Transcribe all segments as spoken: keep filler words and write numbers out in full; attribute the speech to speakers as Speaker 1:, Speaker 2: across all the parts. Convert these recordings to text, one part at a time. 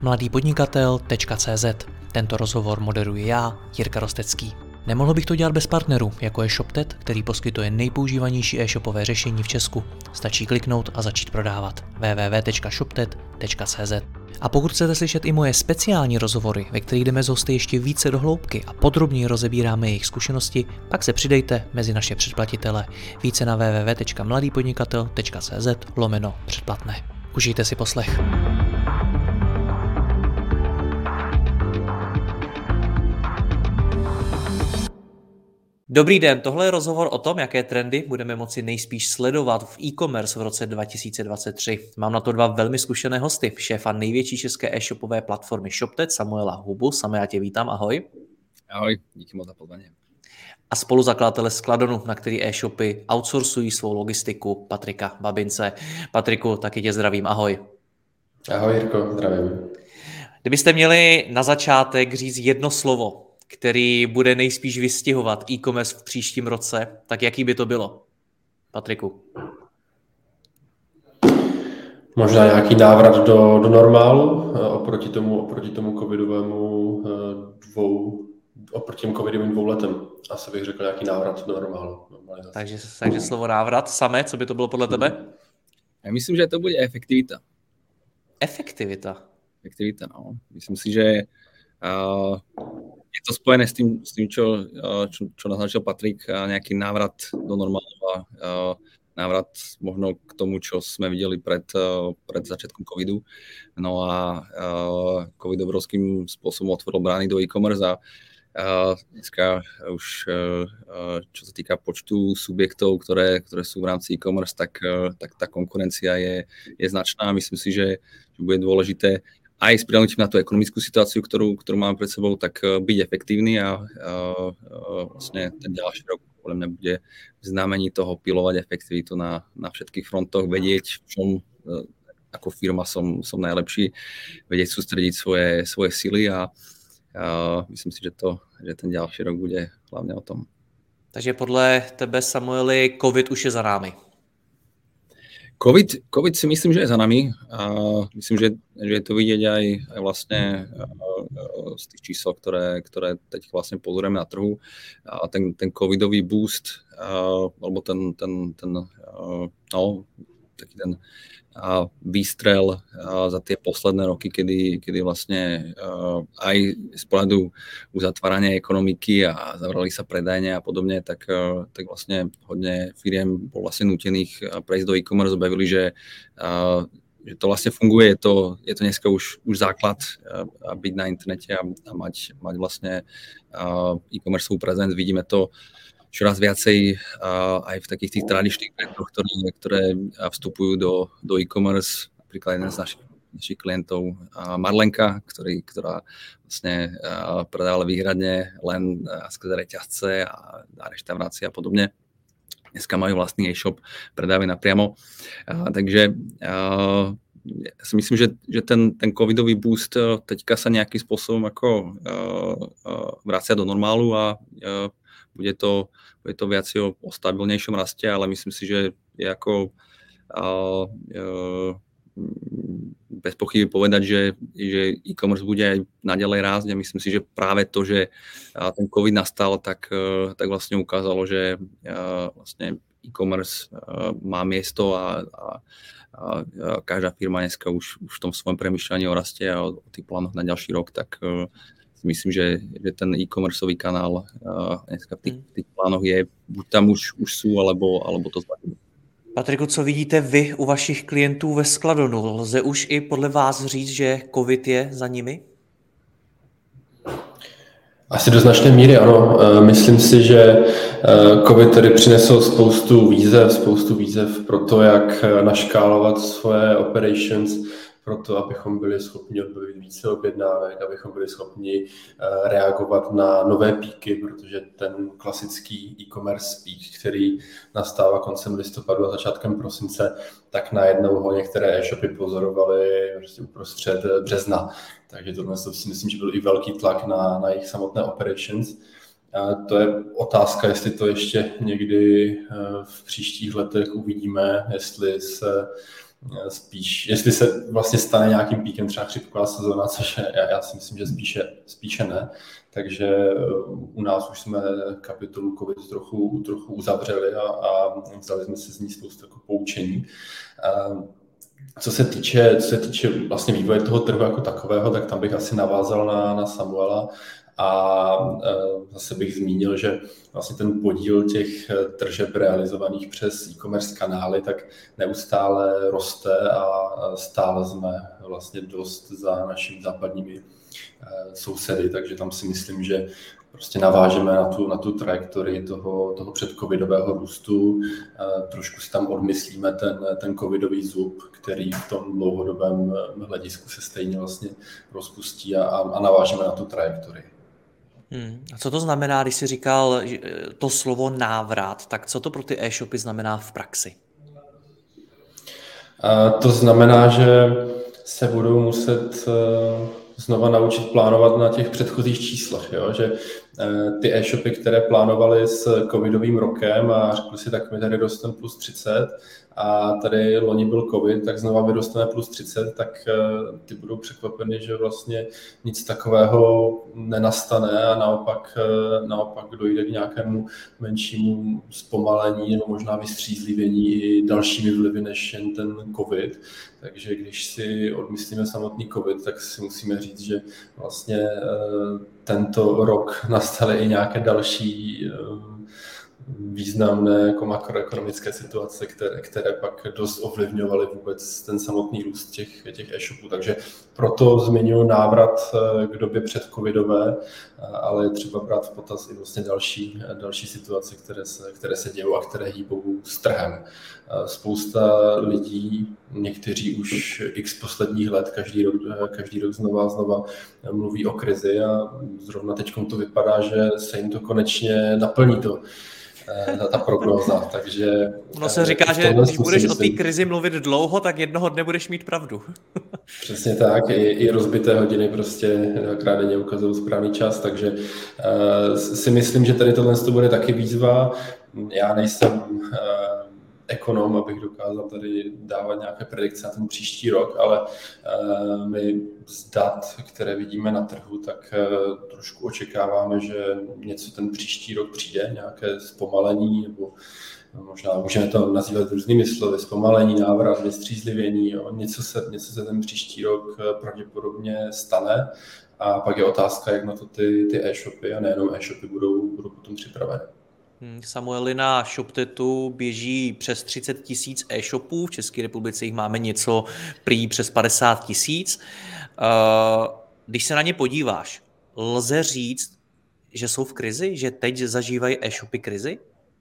Speaker 1: mladý podnikatel tečka cé zet. Tento rozhovor moderuji já, Jirka Rostecký. Nemohl bych to dělat bez partnerů, jako je ShopTet, který poskytuje nejpoužívanější e-shopové řešení v Česku. Stačí kliknout a začít prodávat. w w w tečka shoptet tečka cé zet. A pokud chcete slyšet i moje speciální rozhovory, ve kterých jdeme s hosty ještě více do hloubky a podrobněji rozebíráme jejich zkušenosti, pak se přidejte mezi naše předplatitele. Více na w w w tečka mladý podnikatel tečka cé zet lomeno předplatné. Užijte si poslech. Dobrý den, tohle je rozhovor o tom, jaké trendy budeme moci nejspíš sledovat v e-commerce v roce dva tisíce dvacet tři. Mám na to dva velmi zkušené hosty, šéfa největší české e-shopové platformy ShopTet Samuela Hubu. Same, já tě vítám, ahoj.
Speaker 2: Ahoj, díky moc za pozvání.
Speaker 1: A spoluzakladatele Skladonu, na který e-shopy outsourcují svou logistiku, Patrika Babince. Patriku, taky tě zdravím, ahoj.
Speaker 3: Ahoj Jirko, zdravím.
Speaker 1: Kdybyste měli na začátek říct jedno slovo, který bude nejspíš vystihovat e-commerce v příštím roce, tak jaký by to bylo? Patriku.
Speaker 3: Možná nějaký návrat do, do normálu oproti tomu, oproti tomu covidovému dvou, oproti těm covidovým dvou letem. Asi bych řekl nějaký návrat do normálu.
Speaker 1: Takže, takže slovo návrat. Samé, co by to bylo podle tebe?
Speaker 2: Já myslím, že to bude efektivita.
Speaker 1: Efektivita?
Speaker 2: Efektivita, no. Myslím si, že uh, je to spojené s tým, s tým čo, čo, čo naznačil Patrik, nejaký návrat do normálu a návrat možno k tomu, čo sme videli pred, pred začiatkom covidu. No a covid obrovským spôsobom otvoril brány do e-commerce a dneska už čo sa týka počtu subjektov, ktoré, ktoré sú v rámci e-commerce, tak, tak tá konkurencia je, je značná. Myslím si, že, že bude dôležité aj s prihľadnutím na tú ekonomickú situáciu, ktorú, ktorú máme pred sebou, tak byť efektívny a, a, a vlastne ten ďalší rok podľa mňa bude v znamení toho pilovať efektivitu na, na všetkých frontoch, vedieť, v čom ako firma som, som najlepší, vedieť sústrediť svoje, svoje sily a, a myslím si, že, to, že ten ďalší rok bude hlavne o tom.
Speaker 1: Takže podle tebe, Samueli, COVID už je za námi.
Speaker 2: COVID, COVID si myslím, že je za nami a myslím, že, že je to vidieť aj, aj vlastne z tých čísel, ktoré, ktoré teď vlastne pozorujeme na trhu. A ten, ten covidový boost, alebo ten, ten, ten no, taký ten výstrel za tie posledné roky, kedy, kedy vlastne aj z pohľadu uzatvárania ekonomiky a zavrali sa predajne a podobne, tak, tak vlastne hodne firiem bol vlastne nútených prejsť do e-commerce, objavili, že, že to vlastne funguje, je to, je to dneska už, už základ byť na internete a, a mať, mať vlastne e-commerceovú prezenc. Vidíme to čoraz viacej uh, aj v takých tých tradičných brandoch, ktoré, ktoré vstupujú do, do e-commerce. Napríklad jeden z našich, našich klientov uh, Marlenka, ktorý, ktorá vlastne uh, predávala výhradne len uh, skrze reťazce a, a reštaurácie a podobne. Dneska majú vlastný e-shop, predávajú napriamo. Uh, takže uh, ja si myslím, že, že ten, ten covidový boost uh, teďka sa nejakým spôsobom ako uh, uh, vracia do normálu a uh, Bude to, bude to viac o, o stabilnejšom raste, ale myslím si, že je ako uh, uh, bez pochyby povedať, že, že e-commerce bude aj naďalej rásť a myslím si, že práve to, že uh, ten COVID nastal, tak, uh, tak vlastne ukázalo, že uh, vlastne e-commerce uh, má miesto a, a, a každá firma dneska už, už v tom svojom premýšľaní o raste a o, o tých plánoch na ďalší rok, tak uh, myslím, že, že ten e-commerceový kanál uh, dneska v tých, tých plánoch je, buď tam už, už sú, alebo, alebo to zvládne.
Speaker 1: Patriku, co vidíte vy u vašich klientů ve Skladonu? Lze už i podle vás říct, že COVID je za nimi?
Speaker 3: Asi do značné míry ano. Myslím si, že COVID tady přinesl spoustu výzev, spoustu výzev pro to, jak naškálovat svoje operations, proto abychom byli schopni odbavit více objednávek, abychom byli schopni reagovat na nové píky, protože ten klasický e-commerce pík, který nastává koncem listopadu a začátkem prosince, tak najednou ho některé e-shopy pozorovaly prostě uprostřed března. Takže tohle si myslím, že byl i velký tlak na, na jejich samotné operations. A to je otázka, jestli to ještě někdy v příštích letech uvidíme, jestli se spíš, jestli se vlastně stane nějakým píkem třeba chřipková sezóna, což je, já, já si myslím, že spíše, spíše ne. Takže u nás už jsme kapitolu COVID trochu, trochu uzavřeli a, a vzali jsme si z ní spoustu jako poučení. Co se týče, co se týče vlastně vývoje toho trhu jako takového, tak tam bych asi navázal na, na Samuela a zase bych zmínil, že vlastně ten podíl těch tržeb realizovaných přes e-commerce kanály tak neustále roste a stále jsme vlastně dost za našimi západními sousedy, takže tam si myslím, že prostě navážeme na tu, na tu trajektorii toho, toho předcovidového růstu, trošku si tam odmyslíme ten, ten covidový zub, který v tom dlouhodobém hledisku se stejně vlastně rozpustí a, a navážeme na tu trajektorii.
Speaker 1: Hmm. A co to znamená, když jsi říkal to slovo návrat, tak co to pro ty e-shopy znamená v praxi?
Speaker 3: A to znamená, že se budou muset znova naučit plánovat na těch předchozích číslech, jo? Že ty e-shopy, které plánovaly s covidovým rokem a řekli si, tak my tady rosteme plus třicet a tady loni byl covid, tak znova vyrosteme plus třicet, tak ty budou překvapeny, že vlastně nic takového nenastane a naopak, naopak dojde k nějakému menšímu zpomalení nebo možná vystřízlivění i dalšími vlivy než jen ten covid. Takže když si odmyslíme samotný covid, tak si musíme říct, že vlastně tento rok nastaly i nějaké další významné jako makroekonomické situace, které, které pak dost ovlivňovaly vůbec ten samotný růst těch, těch e-shopů. Takže proto zmiňuji návrat k době předcovidové, ale je třeba brát v potaz i vlastně další, další situace, které se, které se dějou a které hýbou s trhem. Spousta lidí, někteří už x posledních let, každý rok, každý rok znova a znova mluví o krizi a zrovna teď to vypadá, že se jim to konečně naplní to. Ta prognóza, takže...
Speaker 1: Ono se říká, že když budeš o té krizi mluvit dlouho, tak jednoho dne budeš mít pravdu.
Speaker 3: Přesně tak, i, i rozbité hodiny prostě dvakrát denně ukazují správný čas, takže uh, si myslím, že tady tohle bude taky výzva. Já nejsem uh, ekonom, abych dokázal tady dávat nějaké predikce na ten příští rok, ale uh, my z dat, které vidíme na trhu, tak uh, trošku očekáváme, že něco ten příští rok přijde, nějaké zpomalení, nebo možná můžeme to nazývat různými slovy, zpomalení, návrat, vystřízlivění, jo. Něco, se, něco se ten příští rok pravděpodobně stane a pak je otázka, jak na to ty, ty e-shopy a nejenom e-shopy budou, budou potom připraveny.
Speaker 1: Samueli, na ShopTetu běží přes třicet tisíc e-shopů, v České republice jich máme něco prý přes padesát tisíc. Když se na ně podíváš, lze říct, že jsou v krizi, že teď zažívají e-shopy krizi?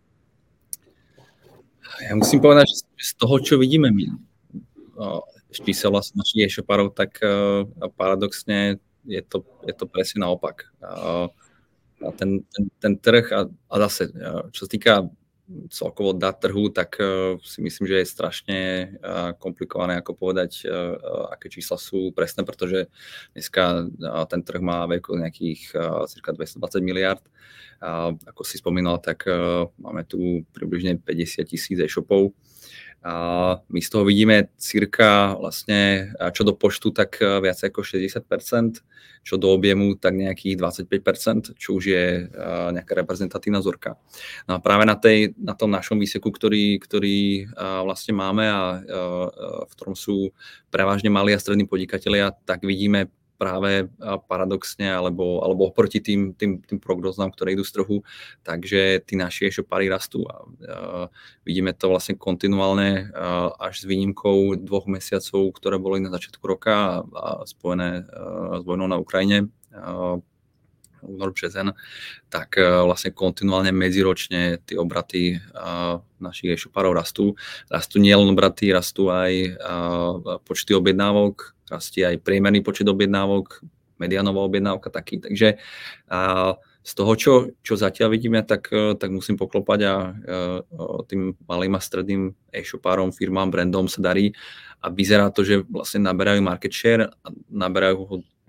Speaker 2: Ja musím povedať, že z toho, čo vidíme my, čísel vlastne našich e-shopárov, tak paradoxne je to, je to presne naopak. A ten, ten, ten trh a, a zase, čo sa týka celkovo dát trhu, tak si myslím, že je strašne komplikované ako povedať, aké čísla sú presné, pretože dneska ten trh má veľkosť nejakých cirka dvestodvadsať miliárd. A ako si spomínal, tak máme tu približne päťdesiat tisíc e-shopov. A my z toho vidíme cirka vlastne, čo do počtu, tak viac ako šesťdesiat percent, čo do objemu, tak nejakých dvadsaťpäť percent, čo už je nejaká reprezentatívna vzorka. No a práve na, tej, na tom našom výseku, ktorý, ktorý vlastne máme a v ktorom sú prevažne malí a strední podnikatelia, tak vidíme práve paradoxne, alebo, alebo oproti tým, tým, tým prognózám, ktoré idú z trhu, takže tí naši e-shopári rastú. A, uh, vidíme to vlastne kontinuálne uh, až s výnimkou dvoch mesiacov, ktoré boli na začiatku roka a, a spojené uh, s vojnou na Ukrajine, uh, únor, březen, tak uh, vlastne kontinuálne medziročne tie obraty uh, našich e-shopárov rastú. Rastú nielen obraty, rastú aj uh, počty objednávok, rastie aj priemerný počet objednávok, medianová objednávka taký. Takže a z toho, čo, čo zatiaľ vidíme, tak, tak musím poklopať a, a tým malým a stredným e-shopárom, firmám, brandom sa darí a vyzerá to, že vlastne naberajú market share a naberajú ho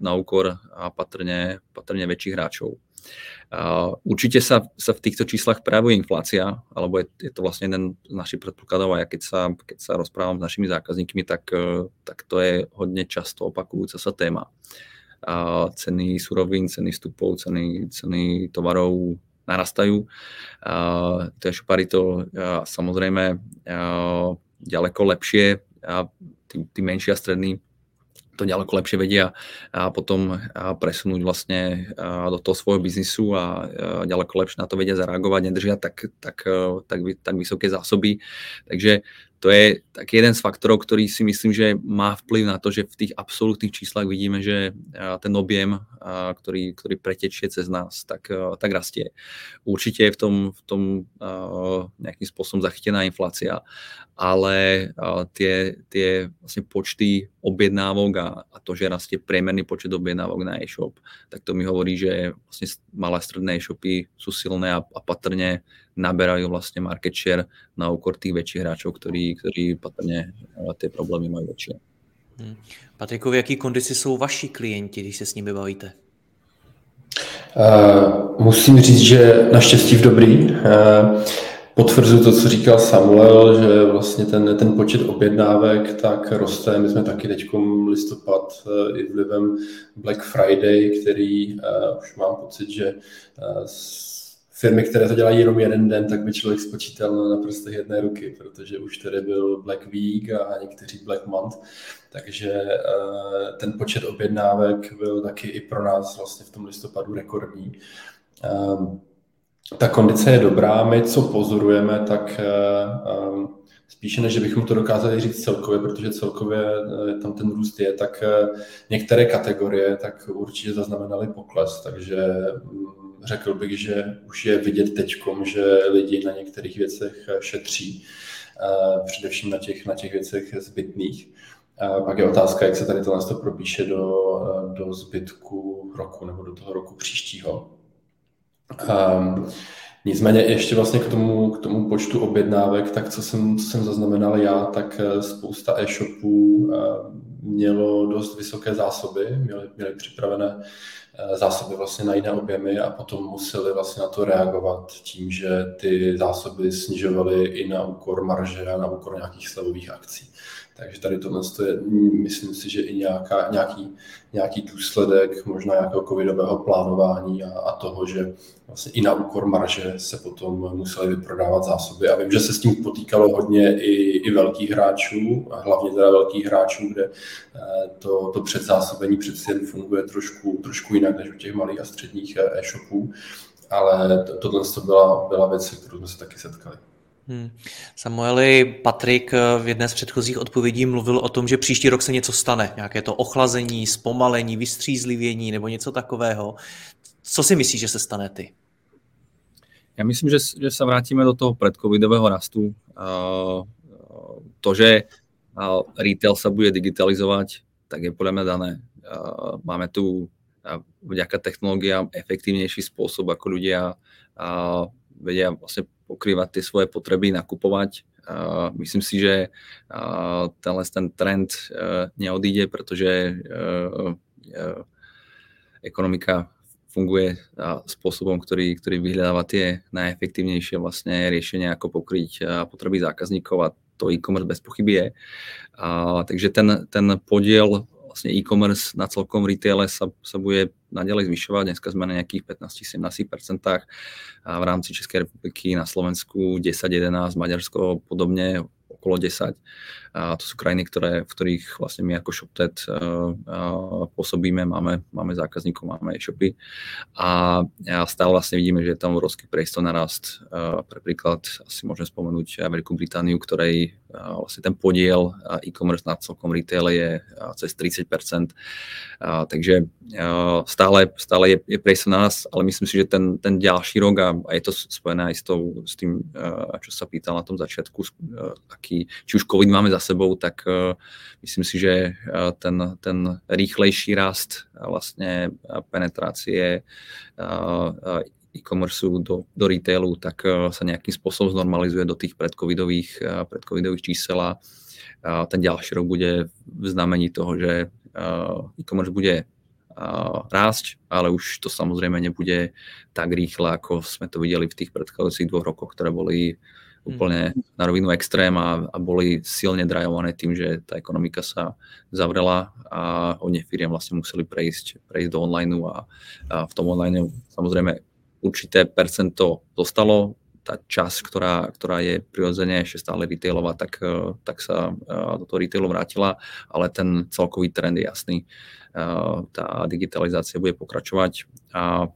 Speaker 2: na úkor patrne, patrne väčších hráčov. Uh, určite sa, sa v týchto číslach prejavuje inflácia, alebo je, je to vlastne jeden z našich predpokladov, a ja keď sa, keď sa rozprávam s našimi zákazníkmi, tak, uh, tak to je hodne často opakujúca sa téma. Uh, ceny surovín, ceny vstupov, ceny, ceny tovarov narastajú. Uh, to e-shopári to uh, samozrejme uh, ďaleko lepšie, a tí, tí menší a strední to ďaleko lepšie vedia a potom presunúť vlastne do toho svojho biznisu a ďaleko lepšie na to vedia zareagovať, nedržia tak, tak, tak, tak vysoké zásoby. Takže to je taký jeden z faktorov, ktorý si myslím, že má vplyv na to, že v tých absolútnych číslach vidíme, že ten objem, ktorý, ktorý pretečie cez nás, tak, tak rastie. Určite je v tom, v tom nejakým spôsobom zachytená inflácia, ale tie, tie vlastne počty objednávok a, a to, že rastie priemerný počet objednávok na e-shop, tak to mi hovorí, že vlastne malé a stredné e-shopy sú silné a, a patrne naberajú vlastne market share na úkor tých väčších hráčov, ktorí, ktorí patrne tie problémy majú väčšie.
Speaker 1: Hmm. Patriku, v jaký kondici jsou vaši klienti, když se s nimi bavíte?
Speaker 3: Uh, musím říct, že naštěstí v dobrý. Uh, Potvrzuji to, co říkal Samuel, že vlastně ten, ten počet objednávek tak roste. My jsme taky teďkom listopad i vlivem Black Friday, který uh, už mám pocit, že uh, firmy, které to dělají jenom jeden den, tak by člověk spočítal na, na prstech jedné ruky, protože už tady byl Black Week a někteří Black Month. Takže uh, ten počet objednávek byl taky i pro nás vlastně v tom listopadu rekordní. Uh, Ta kondice je dobrá, my co pozorujeme, tak um, spíše než bychom to dokázali říct celkově, protože celkově uh, tam ten růst je, tak uh, některé kategorie tak určitě zaznamenaly pokles, takže um, řekl bych, že už je vidět teďkom, že lidi na některých věcech šetří, uh, především na těch, na těch věcech zbytných. Uh, pak je otázka, jak se tady to propíše do, uh, do zbytku roku nebo do toho roku příštího. Um, nicméně ještě vlastně k tomu, k tomu počtu objednávek, tak co jsem, co jsem zaznamenal já, tak spousta e-shopů uh, mělo dost vysoké zásoby, měli, měli připravené uh, zásoby vlastně na jiné objemy a potom museli vlastně na to reagovat tím, že ty zásoby snižovaly i na úkor marže a na úkor nějakých slevových akcí. Takže tady tohle je, myslím si, že i nějaká, nějaký, nějaký důsledek možná nějakého covidového plánování a, a toho, že vlastně i na úkor marže se potom museli vyprodávat zásoby. A vím, že se s tím potýkalo hodně i, i velkých hráčů, a hlavně teda velkých hráčů, kde to, to předzásobení přeci jen funguje trošku, trošku jinak než u těch malých a středních e-shopů. Ale to, tohle to byla, byla věc, se kterou jsme se taky setkali.
Speaker 1: Hmm. Samueli, Patrik v jedné z předchozích odpovědí mluvil o tom, že příští rok se něco stane. Nějaké to ochlazení, zpomalení, vystřízlivění nebo něco takového. Co si myslíš, že se stane ty?
Speaker 2: Ja myslím, že, že sa vrátime do toho predcovidového rastu. To, že retail sa bude digitalizovať, tak je podľa mňa dané. Máme tu vďaka technológiám efektívnejší spôsob, ako ľudia vedia vlastne pokrývať tie svoje potreby, nakupovať. Uh, myslím si, že uh, tenhle ten trend uh, neodíde, pretože uh, uh, ekonomika funguje uh, spôsobom, ktorý, ktorý vyhľadáva tie najefektívnejšie vlastne riešenia, ako pokryť uh, potreby zákazníkov, a to e-commerce bez pochyby je. Uh, takže ten, ten podiel vlastne e-commerce na celkom retaile sa, sa bude naďalej zvyšovať. Dneska sme na nejakých pätnásť až sedemnásť percent a v rámci Českej republiky, na Slovensku desať jedenásť, Maďarsko podobne okolo desať. A to sú krajiny, ktoré, v ktorých vlastne my ako ShopTet uh, uh, pôsobíme, máme, máme zákazníkov, máme e-shopy a, a stále vlastne vidíme, že je tam obrovský priestor na rast. Uh, pre príklad asi môžem spomenúť Veľkú Britániu, ktorej uh, vlastne ten podiel uh, e-commerce na celkom retaile je uh, cez tridsať percent. Uh, takže uh, stále, stále je, je priestor na nás, ale myslím si, že ten, ten ďalší rok, a, a je to spojené aj s, tou, s tým, uh, čo sa pýtal na tom začiatku, uh, aký, či už COVID máme za sebou, tak uh, myslím si, že uh, ten, ten rýchlejší rast a vlastne penetrácie uh, uh, e-commerceu do, do retailu, tak uh, sa nejakým spôsobom znormalizuje do tých predcovidových, uh, predcovidových čísel a uh, ten ďalší rok bude v znamení toho, že uh, e-commerce bude rásť, ale už to samozrejme nebude tak rýchle, ako sme to videli v tých predchádzajúcich dvoch rokoch, ktoré boli úplne na rovinu extrém a, a boli silne drajované tým, že tá ekonomika sa zavrela a hodne firiem vlastne museli prejsť, prejsť do online a, a v tom online samozrejme určité percento zostalo. Tá časť, ktorá, ktorá je prirodzene ešte stále retailová, tak, tak sa do toho retailu vrátila, ale ten celkový trend je jasný. Tá digitalizácia bude pokračovať a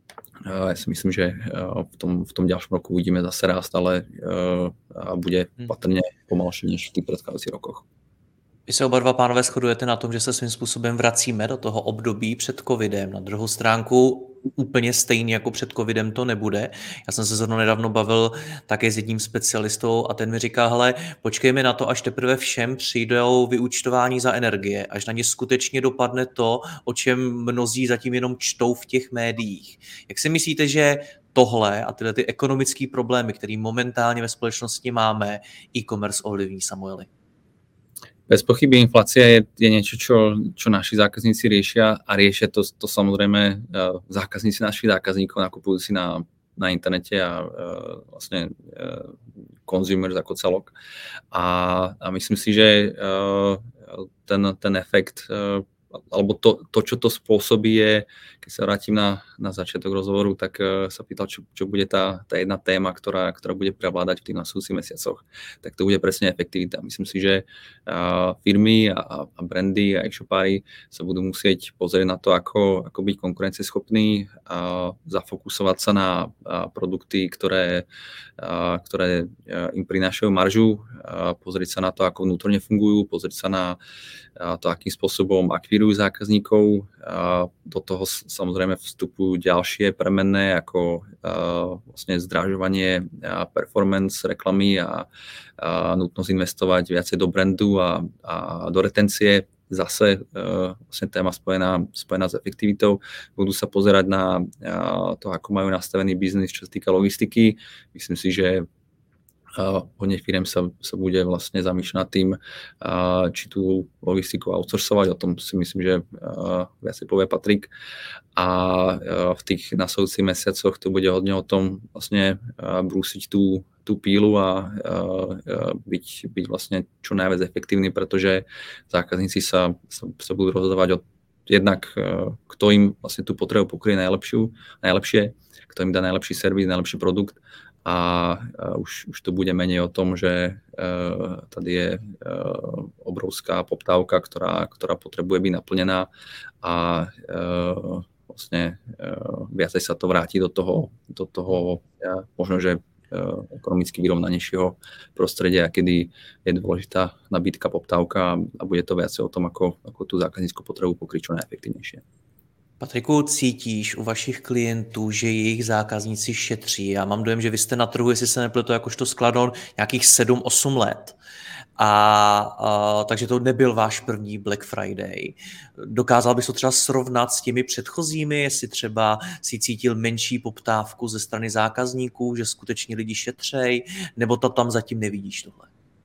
Speaker 2: ja si myslím, že v tom, v tom ďalšom roku uvidíme zase rást, ale bude patrne pomalšie než v tých predchádzajúcich rokoch.
Speaker 1: Vy se oba dva pánové shodujete na tom, že se svým způsobem vracíme do toho období před covidem. Na druhou stránku úplně stejný jako před covidem to nebude. Já jsem se zrovna nedávno bavil také s jedním specialistou a ten mi říká, hele, počkejme na to, až teprve všem přijdou vyúčtování za energie, až na ně skutečně dopadne to, o čem mnozí zatím jenom čtou v těch médiích. Jak si myslíte, že tohle a tyhle ty ekonomické problémy, které momentálně ve společnosti máme, e-commerce ovlivní, Samueli?
Speaker 2: Bez pochyby inflácia je, je niečo, čo, čo naši zákazníci riešia a riešia to, to samozrejme uh, zákazníci našich zákazníkov nakupujú si na, na internete a uh, vlastne uh, consumers ako celok. A, a myslím si, že uh, ten, ten efekt uh, alebo to, to, čo to spôsobí je, keď sa vrátim na, na začiatok rozhovoru, tak uh, sa pýtal, čo, čo bude tá, tá jedna téma, ktorá, ktorá bude prevládať v tých nasledujúcich mesiacoch. Tak to bude presne efektivita. Myslím si, že uh, firmy a, a brandy a e-shopári sa budú musieť pozrieť na to, ako, ako byť konkurencieschopní a zafokusovať sa na a, produkty, ktoré, a, ktoré a, im prinášajú maržu, a pozrieť sa na to, ako vnútorne fungujú, pozrieť sa na a, to, akým spôsobom akvírujú zákazníkov. A do toho samozrejme vstupujú ďalšie premenné ako uh, vlastne zdražovanie a performance reklamy a, a nutnosť investovať viacej do brandu a, a do retencie. Zase uh, vlastne téma spojená, spojená s efektivitou. Budú sa pozerať na uh, to, ako majú nastavený biznis, čo sa týka logistiky. Myslím si, že Uh, hodne firiem sa, sa bude vlastne zamýšľať nad tým, uh, či tú logistiku outsourcovať, o tom si myslím, že uh, viacej povie Patrik. A uh, v tých nasledujúcich mesiacoch to bude hodne o tom vlastne uh, brúsiť tú, tú pílu a uh, uh, byť, byť vlastne čo najviac efektívny, pretože zákazníci sa, sa, sa budú rozhodovať o jednak, uh, kto im vlastne tú potrebu pokrie najlepšiu, najlepšie, kto im dá najlepší servis, najlepší produkt. A už, už to bude menej o tom, že uh, tady je uh, obrovská poptávka, ktorá, ktorá potrebuje byť naplnená a uh, vlastne uh, viacej sa to vráti do toho, do toho ja, možno, že uh, ekonomicky vyrovnanejšieho prostredia, kedy je dôležitá nabídka, poptávka a bude to viacej o tom, ako, ako tú zákaznícku potrebu pokryť čo najefektívnejšie.
Speaker 1: Patriku, cítíš u vašich klientů, že jejich zákazníci šetří? Já mám dojem, že vy jste na trhu, jestli se nepletu, jakožto skladon nějakých sedm osm let. A, a takže to nebyl váš první Black Friday. Dokázal bys to třeba srovnat s těmi předchozími, jestli třeba si cítil menší poptávku ze strany zákazníků, že skutečně lidi šetřej, nebo to tam zatím nevidíš tohle?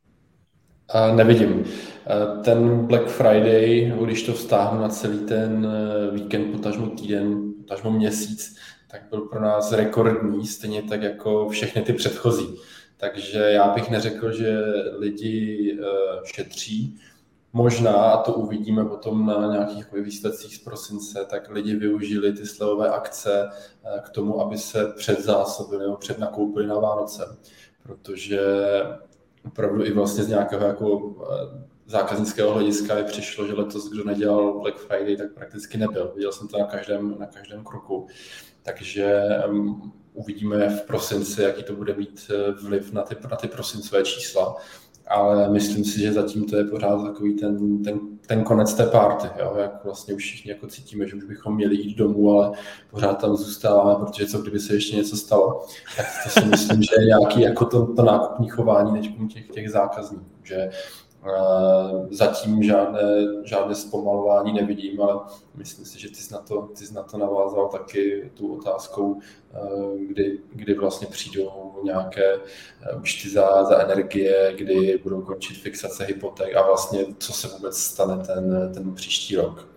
Speaker 3: A nevidím. Ten Black Friday, když to vztáhnu na celý ten víkend, potažmo týden, potažmo měsíc, tak byl pro nás rekordní, stejně tak jako všechny ty předchozí. Takže já bych neřekl, že lidi šetří. Možná, a to uvidíme potom na nějakých výsledcích z prosince, tak lidi využili ty slevové akce k tomu, aby se předzásobili nebo přednakoupili na Vánoce. Protože opravdu i vlastně z nějakého jako zákaznického hlediska mi přišlo, že letos, kdo nedělal Black Friday, tak prakticky nebyl. Viděl jsem to na každém, na každém kroku. Takže um, uvidíme v prosinci, jaký to bude mít vliv na ty, na ty prosincové čísla. Ale myslím si, že zatím to je pořád takový ten, ten, ten konec té party, jo? Jak vlastně už všichni jako cítíme, že už bychom měli jít domů, ale pořád tam zůstáváme, protože co kdyby se ještě něco stalo. Tak to si myslím, že je nějaký jako to, to nákupní chování těch, těch zákazníků, že uh, zatím žádné, žádné zpomalování nevidím, ale myslím si, že ty jsi na to, ty jsi na to navázal taky tu otázkou, uh, kdy, kdy vlastně přijdou nějaké účty za, za energie, kdy budou končit fixace hypoték a vlastně co se vůbec stane ten, ten příští rok.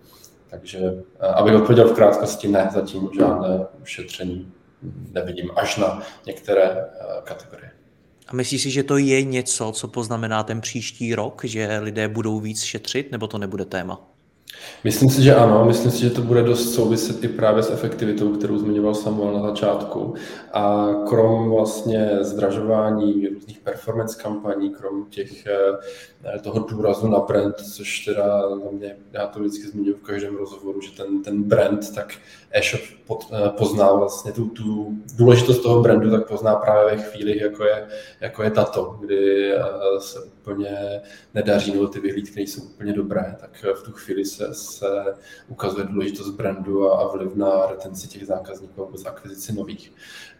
Speaker 3: Takže abych odpověděl v krátkosti, ne, zatím žádné šetření nevidím až na některé kategorie.
Speaker 1: A myslíš si, že to je něco, co poznamená ten příští rok, že lidé budou víc šetřit, nebo to nebude téma?
Speaker 3: Myslím si, že ano. Myslím si, že to bude dost souviset i právě s efektivitou, kterou zmiňoval Samuel na začátku. A krom vlastně zdražování různých performance kampaní, krom těch toho důrazu na brand, což teda za mě, já to vždycky zmiňuji v každém rozhovoru, že ten, ten brand, tak e-shop pod, pozná vlastně tu, tu důležitost toho brandu, tak pozná právě ve chvíli, jako je, jako je tato, kdy se úplně nedaří, nebo ty vyhlídky nejsou úplně dobré, tak v tu chvíli se, se ukazuje důležitost brandu a, a vliv na retenci těch zákazníků a vůbec akvizici nových.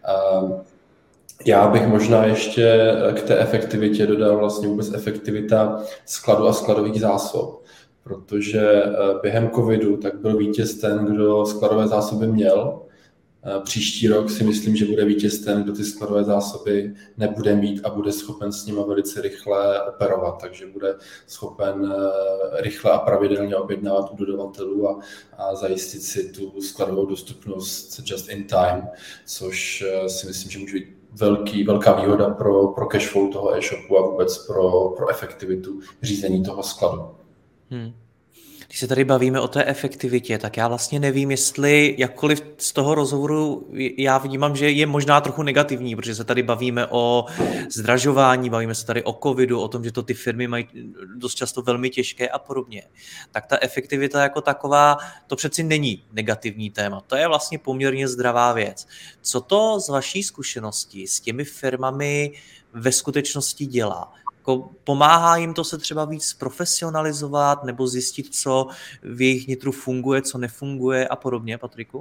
Speaker 3: Já bych možná ještě k té efektivitě dodal vlastně vůbec efektivita skladu a skladových zásob, protože během covidu tak byl vítěz ten, kdo skladové zásoby měl. Příští rok si myslím, že bude vítěz ten, kdo ty skladové zásoby nebude mít a bude schopen s nimi velice rychle operovat, takže bude schopen rychle a pravidelně objednávat u dodavatelů a, a zajistit si tu skladovou dostupnost just in time, což si myslím, že může být velký, velká výhoda pro, pro cash flow toho e-shopu a vůbec pro, pro efektivitu řízení toho skladu. Hmm.
Speaker 1: Když se tady bavíme o té efektivitě, tak já vlastně nevím, jestli jakkoliv z toho rozhovoru já vnímám, že je možná trochu negativní, protože se tady bavíme o zdražování, bavíme se tady o covidu, o tom, že to ty firmy mají dost často velmi těžké a podobně. Tak ta efektivita jako taková, to přeci není negativní téma, to je vlastně poměrně zdravá věc. Co to z vaší zkušenosti s těmi firmami ve skutečnosti dělá? Pomáhá jim to se třeba víc profesionalizovat nebo zjistit, co v jejich nitru funguje, co nefunguje a podobně, Patriku?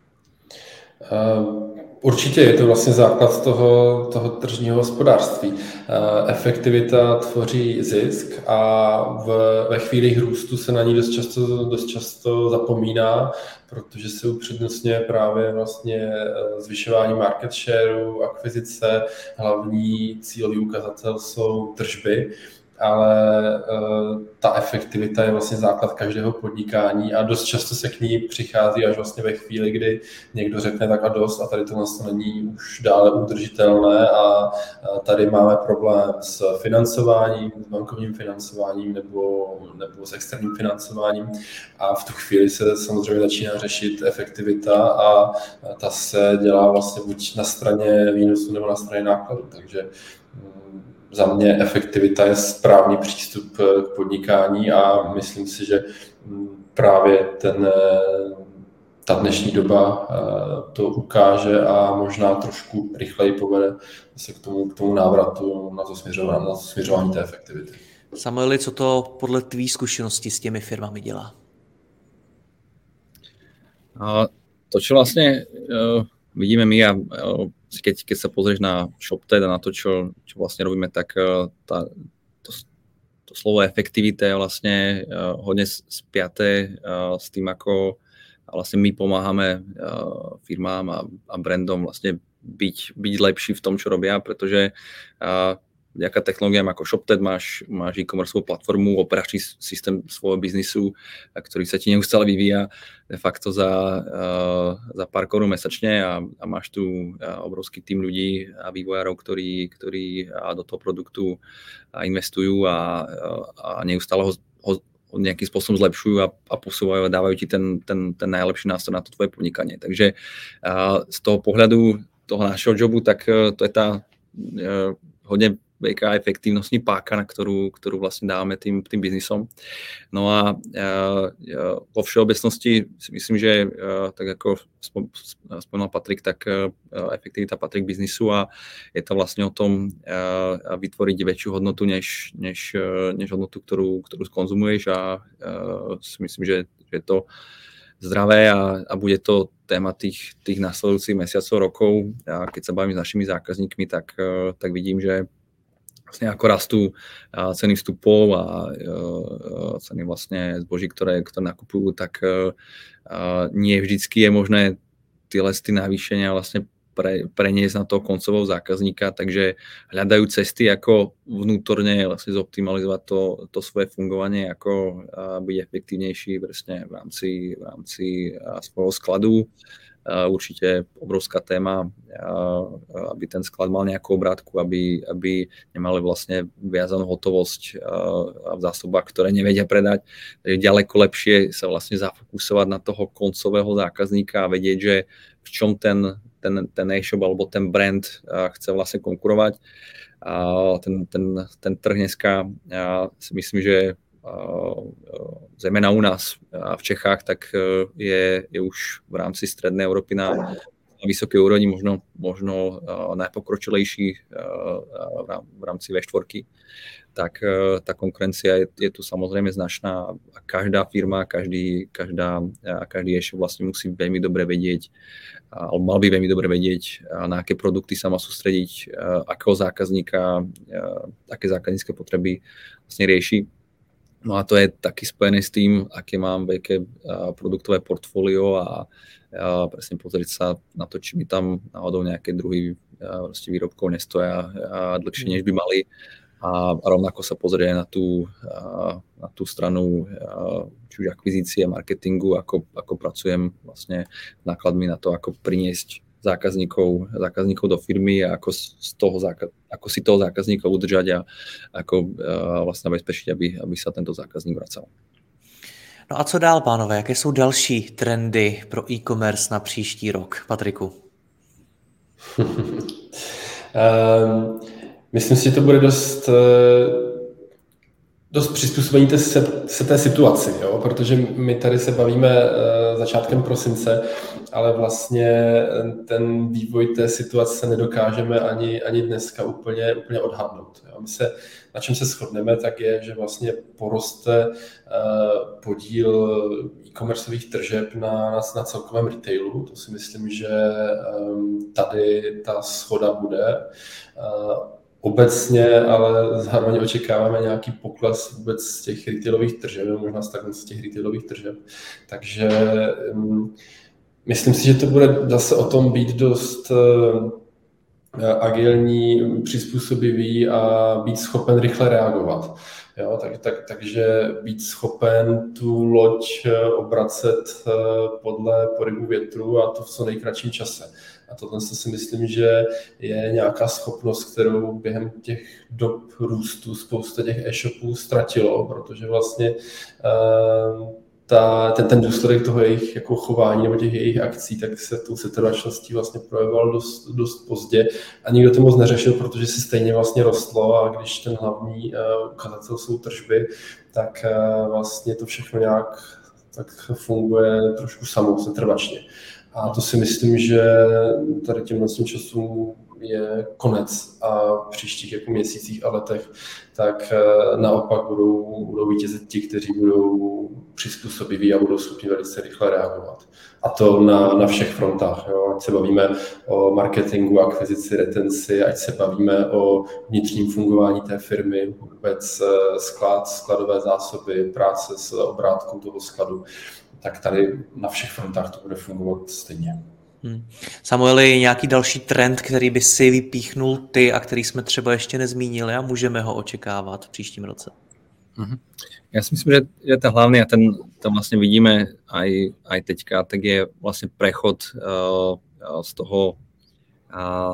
Speaker 3: Určitě je to vlastně základ toho, toho tržního hospodářství. Efektivita tvoří zisk a v, ve chvílích růstu se na ní dost často, dost často zapomíná, protože se upřednostňuje právě vlastně zvyšování market shareu, akvizice, hlavní cílový ukazatel jsou tržby, ale uh, ta efektivita je vlastně základ každého podnikání a dost často se k ní přichází až vlastně ve chvíli, kdy někdo řekne tak a dost a tady to vlastně není už dále udržitelné a tady máme problém s financováním, s bankovním financováním nebo, nebo s externím financováním a v tu chvíli se samozřejmě začíná řešit efektivita a ta se dělá vlastně buď na straně výnosu nebo na straně nákladu, takže za mě efektivita je správný přístup k podnikání a myslím si, že právě ten, ta dnešní doba to ukáže a možná trošku rychleji povede se k tomu, k tomu návratu na to směřování, na to směřování té efektivity.
Speaker 1: Samueli, co to podle tvý zkušenosti s těmi firmami dělá?
Speaker 2: A to, čo vlastne uh, vidíme my a uh, Keď, keď sa pozrieš na ShopTed a na to, čo, čo vlastne robíme, tak tá, to, to slovo efektivita je vlastne uh, hodne spiaté uh, s tým, ako vlastne my pomáhame uh, firmám a, a brandom vlastne byť, byť lepší v tom, čo robia, pretože uh, vďaka technológiám ako ShopTed máš, máš e-commerceovú platformu, operačný systém svojho biznisu, ktorý sa ti neustále vyvíja de facto za, uh, za pár korún mesačne a, a máš tu uh, obrovský tým ľudí a vývojárov, ktorí, ktorí uh, do toho produktu uh, investujú a, uh, a neustále ho, ho nejakým spôsobom zlepšujú a, a posúvajú a dávajú ti ten, ten, ten najlepší nástroj na to tvoje podnikanie. Takže uh, z toho pohľadu toho našeho jobu, tak uh, to je tá uh, hodne veľká efektívnostní páka, na ktorú, ktorú vlastne dávame tým, tým biznisom. No a uh, vo všeobecnosti si myslím, že uh, tak ako spomínal Patrik, tak uh, efektivita patrí k biznisu a je to vlastne o tom uh, vytvoriť väčšiu hodnotu, než, než, uh, než hodnotu, ktorú, ktorú skonzumuješ a uh, si myslím, že, že je to zdravé a, a bude to téma tých, tých nasledujúcich mesiacov, rokov. A keď sa bavím s našimi zákazníkmi, tak, uh, tak vidím, že vlastne ako rastú ceny vstupov a ceny vlastne zboží, ktoré, ktoré nakupujú, tak nie vždycky je možné tyhle ty navýšenia vlastne pre, preniesť na toho koncového zákazníka, takže hľadajú cesty, ako vnútorne vlastne zoptimalizovať to, to svoje fungovanie, ako byť efektívnejší presne v rámci, v rámci svojho skladu. Určite obrovská téma, aby ten sklad mal nejakú obrátku, aby, aby nemali vlastne viazanú hotovosť v zásobách, ktoré nevedia predať. Takže ďaleko lepšie sa vlastne zafokusovať na toho koncového zákazníka a vedieť, že v čom ten, ten, ten e-shop alebo ten brand chce vlastne konkurovať. Ten, ten, ten trh dneska, ja si myslím, že zejména u nás v Čechách, tak je, je už v rámci strednej Európy na, na vysokej úrovni, možno, možno najpokročilejší v rámci vé štyri. Tak tá konkurencia je, je tu samozrejme značná a každá firma, každý, každá, každý e-shop vlastne musí veľmi dobre vedieť, alebo mal by veľmi dobre vedieť, na aké produkty sa má sústrediť, akého zákazníka, aké zákaznícke potreby vlastne rieši. No a to je taky spojené s tým, aké mám veľké produktové portfólio a, a presne pozrieť sa na to, či mi tam náhodou nejaké druhy výrobkov nestoja dlhšie, než by mali. A rovnako sa pozrieť na tú, na tú stranu či už akvizície, marketingu, ako, ako pracujem vlastne nákladmi na to, ako priniesť zákazníkov, zákazníkov do firmy a ako, z toho, ako si toho zákazníka udržať a ako uh, vlastne zabezpečiť, aby, aby sa tento zákazník vracal.
Speaker 1: No a co dál, pánové? Jaké jsou další trendy pro e-commerce na příští rok? Patriku?
Speaker 3: um, myslím si, že to bude dost... Uh... dost přizpůsobení té, se, se té situaci, jo? Protože my tady se bavíme uh, začátkem prosince, ale vlastně ten vývoj té situace nedokážeme ani, ani dneska úplně, úplně odhadnout. Jo? My se, na čem se shodneme, tak je, že vlastně poroste uh, podíl e-commerceových tržeb na, na, na celkovém retailu. To si myslím, že um, tady ta shoda bude. Uh, Obecně, ale zároveň očekáváme nějaký pokles vůbec z těch retailových tržeb, možná stagnace z těch retailových tržeb. Takže um, myslím si, že to bude zase o tom být dost uh, agilní, přizpůsobivý a být schopen rychle reagovat. Jo, tak, tak, takže být schopen tu loď obracet uh, podle pohybu větru a to v co nejkratším čase. A tohle si myslím, že je nějaká schopnost, kterou během těch dob růstu spousta těch e-shopů ztratilo, protože vlastně uh, ta, ten, ten důsledek toho jejich jako chování nebo těch jejich akcí, tak se tou setrvačností vlastně projevoval dost, dost pozdě a nikdo to moc neřešil, protože si stejně vlastně rostlo a když ten hlavní uh, ukazatel jsou tržby, tak uh, vlastně to všechno nějak tak funguje trošku samo, setrvačně. A to si myslím, že tady těm vlastním časům je konec a v příštích jako měsících a letech, tak naopak budou, budou vítězit ti, kteří budou přizpůsobiví a budou schopni velice rychle reagovat. A to na, na všech frontách. Jo. Ať se bavíme o marketingu, akvizici, retenci, ať se bavíme o vnitřním fungování té firmy, vůbec sklad, skladové zásoby, práce s obrátkou toho skladu, tak tady na všech frontách to bude fungovat stejně.
Speaker 1: Hmm. Samueli, nějaký další trend, který by si vypíchnul ty a který jsme třeba ještě nezmínili a můžeme ho očekávat v příštím roce?
Speaker 2: Mm-hmm. Ja si myslím, že, že ten hlavný a ten, ten vlastne vidíme aj, aj teďka, tak je vlastne prechod uh, z toho uh,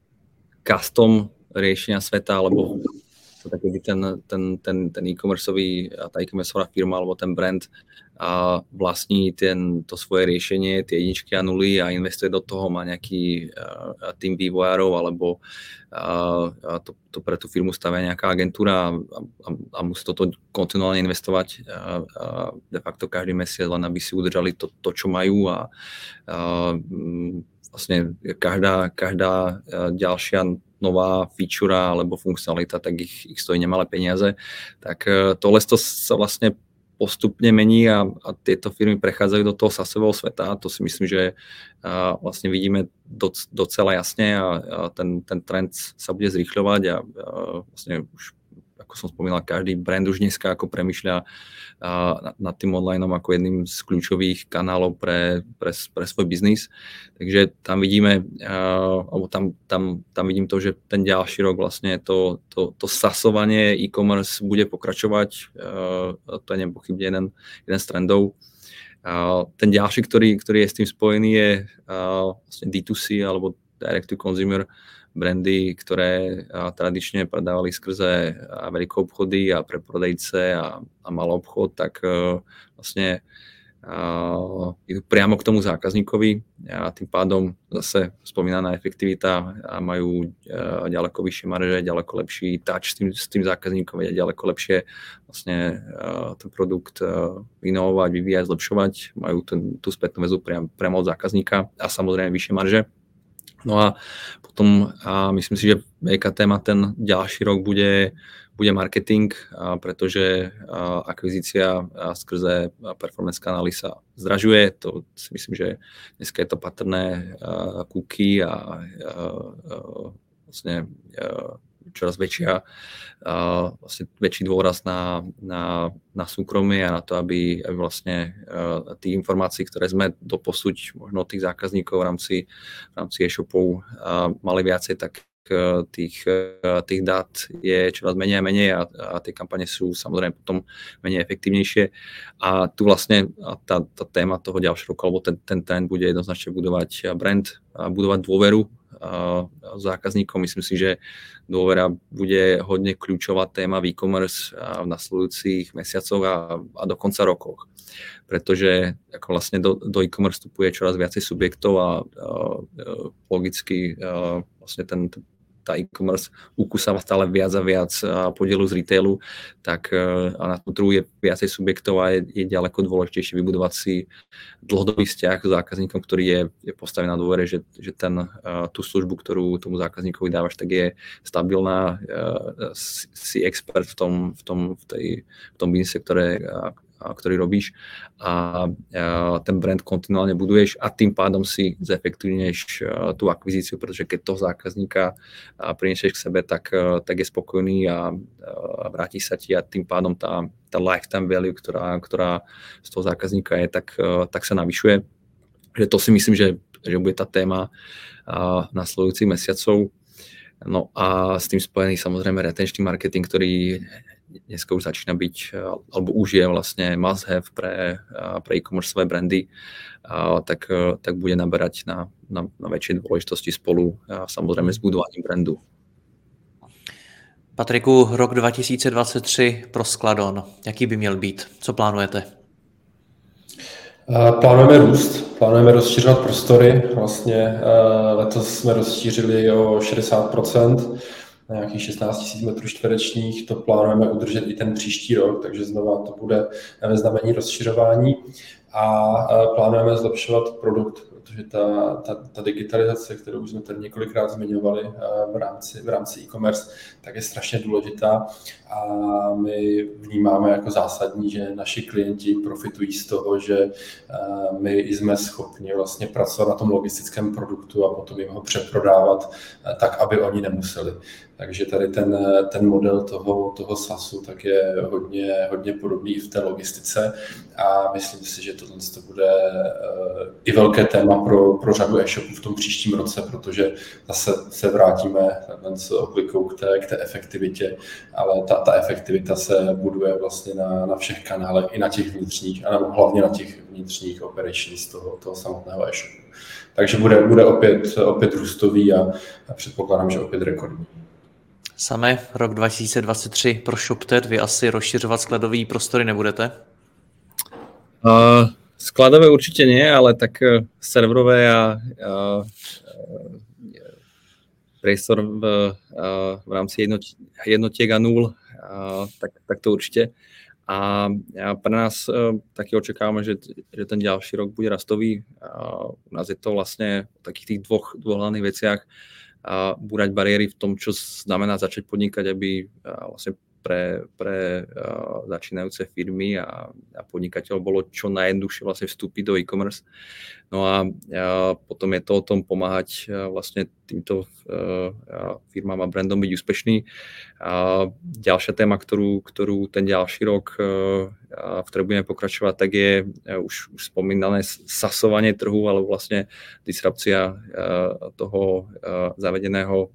Speaker 2: custom riešenia sveta, alebo tak by ten, ten, ten, ten e-commerceový, tá e-commerceová firma alebo ten brand a vlastní ten, to svoje riešenie, tie jedničky a nuly a investuje do toho, má nejaký uh, tým vývojárov alebo uh, to, to pre tú firmu stavia nejaká agentúra a, a, a musí toto kontinuálne investovať uh, uh, de facto každý mesiac, len aby si udržali to, to čo majú a uh, vlastne každá, každá uh, ďalšia nová feature alebo funkcionalita, tak ich, ich stojí nemalé peniaze. Tak uh, tohle to sa vlastne postupne mení a, a tieto firmy prechádzajú do toho SaaSového sveta. To si myslím, že a, vlastne vidíme doc, docela jasne a, a ten, ten trend sa bude zrýchľovať a, a vlastne už ako som spomínal, každý brand už dneska ako premýšľa nad tým onlineom ako jedným z kľúčových kanálov pre, pre, pre svoj biznis. Takže tam vidíme, alebo tam, tam, tam vidím to, že ten ďalší rok vlastne to, to, to sasovanie e-commerce bude pokračovať. To je nepochybne jeden, jeden z trendov. Ten ďalší, ktorý, ktorý je s tým spojený, je vlastne D two C alebo direct to consumer brandy, ktoré tradične predávali skrze veľké obchody a pre prodejce a, a malý obchod, tak vlastne idú priamo k tomu zákazníkovi a tým pádom zase spomínaná efektivita a majú ďaleko vyššie marže, ďaleko lepší touch s tým, s tým zákazníkom, je ďaleko lepšie vlastne ten produkt inovovať, vyvíjať, zlepšovať, majú ten, tú spätnú väzbu priam, priamo od zákazníka a samozrejme vyššie marže. No a potom a myslím si, že veľká téma ten ďalší rok bude, bude marketing, a pretože a akvizícia a skrze performance kanály sa zdražuje. To si myslím, že dneska je to patrné, cookie a, a, a vlastne a, čoraz väčšia, uh, vlastne väčší dôraz na, na, na súkromie a na to, aby, aby vlastne uh, tých informácií, ktoré sme doposud možno od tých zákazníkov v rámci, v rámci e-shopov uh, mali viacej, tak uh, tých, uh, tých dát je čoraz menej a menej a, a tie kampane sú samozrejme potom menej efektívnejšie. A tu vlastne tá, tá téma toho ďalšieho roku, alebo ten, ten trend bude jednoznačne budovať brand, a budovať dôveru zákazníkom. Myslím si, že dôvera bude hodne kľúčová téma v e-commerce v nasledujúcich mesiacoch a, a do konca rokoch. Pretože ako vlastne do, do e-commerce vstupuje čoraz viacej subjektov a, a, a logicky a vlastne ten, tá e-commerce ukúsava stále viac a viac podielu z retailu, tak a na tom trhu je viacej subjektov a je, je ďaleko dôležitejšie vybudovať si dlhodobý vzťah s zákazníkom, ktorý je, je postavený na dôvere, že, že ten, tú službu, ktorú tomu zákazníkovi dávaš, tak je stabilná, si expert v tom, v tom, v tej, v tom biznise, ktoré ktorý robíš a ten brand kontinuálne buduješ a tým pádom si zefektívneš tú akvizíciu, pretože keď toho zákazníka priniesieš k sebe, tak, tak je spokojný a vráti sa ti a tým pádom tá, tá lifetime value, ktorá, ktorá z toho zákazníka je, tak, tak sa navyšuje. Že to si myslím, že, že bude tá téma nasledujúcich mesiacov. No a s tým spojený samozrejme retenčný marketing, ktorý dneska už začína byť, alebo už je vlastne must have pre, pre e-commerceové brandy, tak, tak bude naberať na, na, na väčšej dôležitosti spolu samozrejme s budovaním brandu.
Speaker 1: Patriku, rok dva tisíce dvacet tři pro Skladon, jaký by měl být? Co plánujete?
Speaker 3: Plánujeme růst, plánujeme rozšiřovat prostory. Vlastně letos jsme rozšířili o šedesát procent, na nějakých šestnáct tisíc metrů čtverečních, to plánujeme udržet i ten příští rok, takže znova to bude ve znamení rozšiřování a plánujeme zlepšovat produkt, protože ta, ta, ta digitalizace, kterou už jsme tady několikrát zmiňovali v rámci, v rámci e-commerce, tak je strašně důležitá a my vnímáme jako zásadní, že naši klienti profitují z toho, že my jsme schopni vlastně pracovat na tom logistickém produktu a potom jim ho přeprodávat tak, aby oni nemuseli. Takže tady ten, ten model toho, toho SaaSu tak je hodně, hodně podobný i v té logistice a myslím si, že tohle to bude i velké téma pro, pro řadu e-shopů v tom příštím roce, protože zase se vrátíme s oklikou k té, k té efektivitě, ale ta, ta efektivita se buduje vlastně na, na všech kanálech, i na těch vnitřních, a hlavně na těch vnitřních operations toho, toho samotného e-shopu. Takže bude, bude opět, opět růstový a, a předpokládám, že opět rekordní.
Speaker 1: Sami rok dva tisíce dvacet tři pro ShopTet, vy asi rozšiřovat skladové prostory nebudete?
Speaker 2: Uh, skladové určite nie, ale tak uh, serverové a uh, uh, priestor v, uh, v rámci jednot, jednotiek a nul, uh, tak, tak to určite. A, a pre nás uh, taky očakávame, že, že ten ďalší rok bude rastový. Uh, u nás je to vlastne o takých tých dvoch, dvoch hlavných veciach. A búrať bariéry v tom, čo znamená začať podnikať, aby vlastne pre, pre uh, začínajúce firmy a, a podnikateľov bolo čo najjednoduchšie vlastne vstúpiť do e-commerce. No a, a potom je to o tom pomáhať vlastne týmto firmám a brandom byť úspešný. A ďalšia téma, ktorú, ktorú ten ďalší rok, v ktorej budeme pokračovať, tak je už, už spomínané sasovanie trhu, alebo vlastne disrupcia toho zavedeného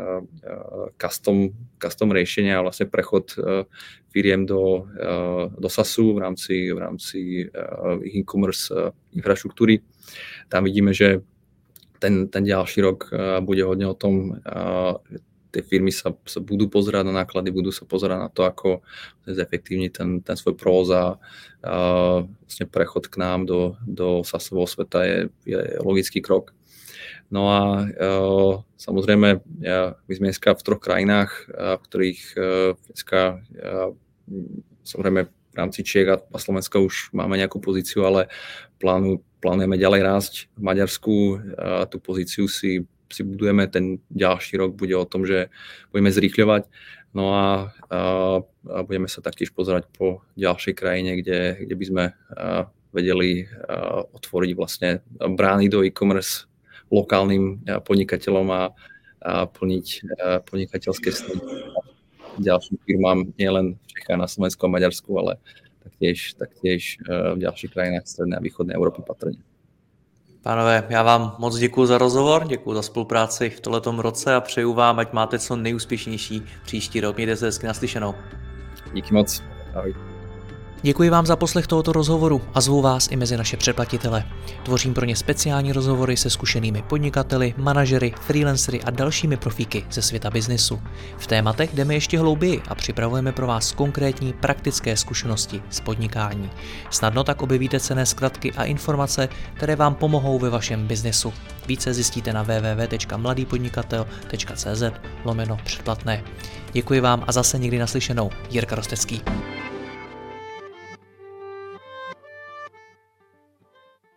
Speaker 2: custom, custom riešenia a vlastne prechod firiem do, do SaaSu v rámci, v rámci e-commerce infraštruktúry. Tam vidíme, že ten, ten ďalší rok bude hodne o tom, že tie firmy sa, sa budú pozerať na náklady, budú sa pozerať na to, ako zefektívniť ten, ten svoj provoz a, a vlastne prechod k nám do, do SaaSového sveta je, je logický krok. No a e, samozrejme, ja, my sme dneska v troch krajinách, v ktorých e, dneska e, samozrejme v rámci Čiech a Slovenska už máme nejakú pozíciu, ale plánu, plánujeme ďalej rásť v Maďarsku. A tú pozíciu si, si budujeme. Ten ďalší rok bude o tom, že budeme zrýchľovať. No a, a, a budeme sa taktiež pozerať po ďalšej krajine, kde, kde by sme a, vedeli a, otvoriť vlastne brány do e-commerce lokálnym a, podnikateľom a, a plniť a, podnikateľské sny ďalším firmám, nielen v Čechách, na Slovensku a Maďarsku, ale taktiež, taktiež v ďalších krajinách strednej a východnej Európy patrně.
Speaker 1: Pánové, já vám moc děkuji za rozhovor, děkuji za spolupráci v tomto roce a přeju vám, ať máte co nejúspěšnější příští rok. Mějte se hezky, naslyšenou.
Speaker 2: Díky moc. Ahoj.
Speaker 1: Děkuji vám za poslech tohoto rozhovoru a zvu vás i mezi naše předplatitele. Tvořím pro ně speciální rozhovory se zkušenými podnikateli, manažery, freelancery a dalšími profíky ze světa biznesu. V tématech jdeme ještě hlouběji a připravujeme pro vás konkrétní praktické zkušenosti z podnikání. Snadno tak objevíte cenné zkratky a informace, které vám pomohou ve vašem biznesu. Více zjistíte na w w w tečka mladý podnikatel tečka c z lomeno předplatné. Děkuji vám a zase někdy naslyšenou. Jirka Rostecký.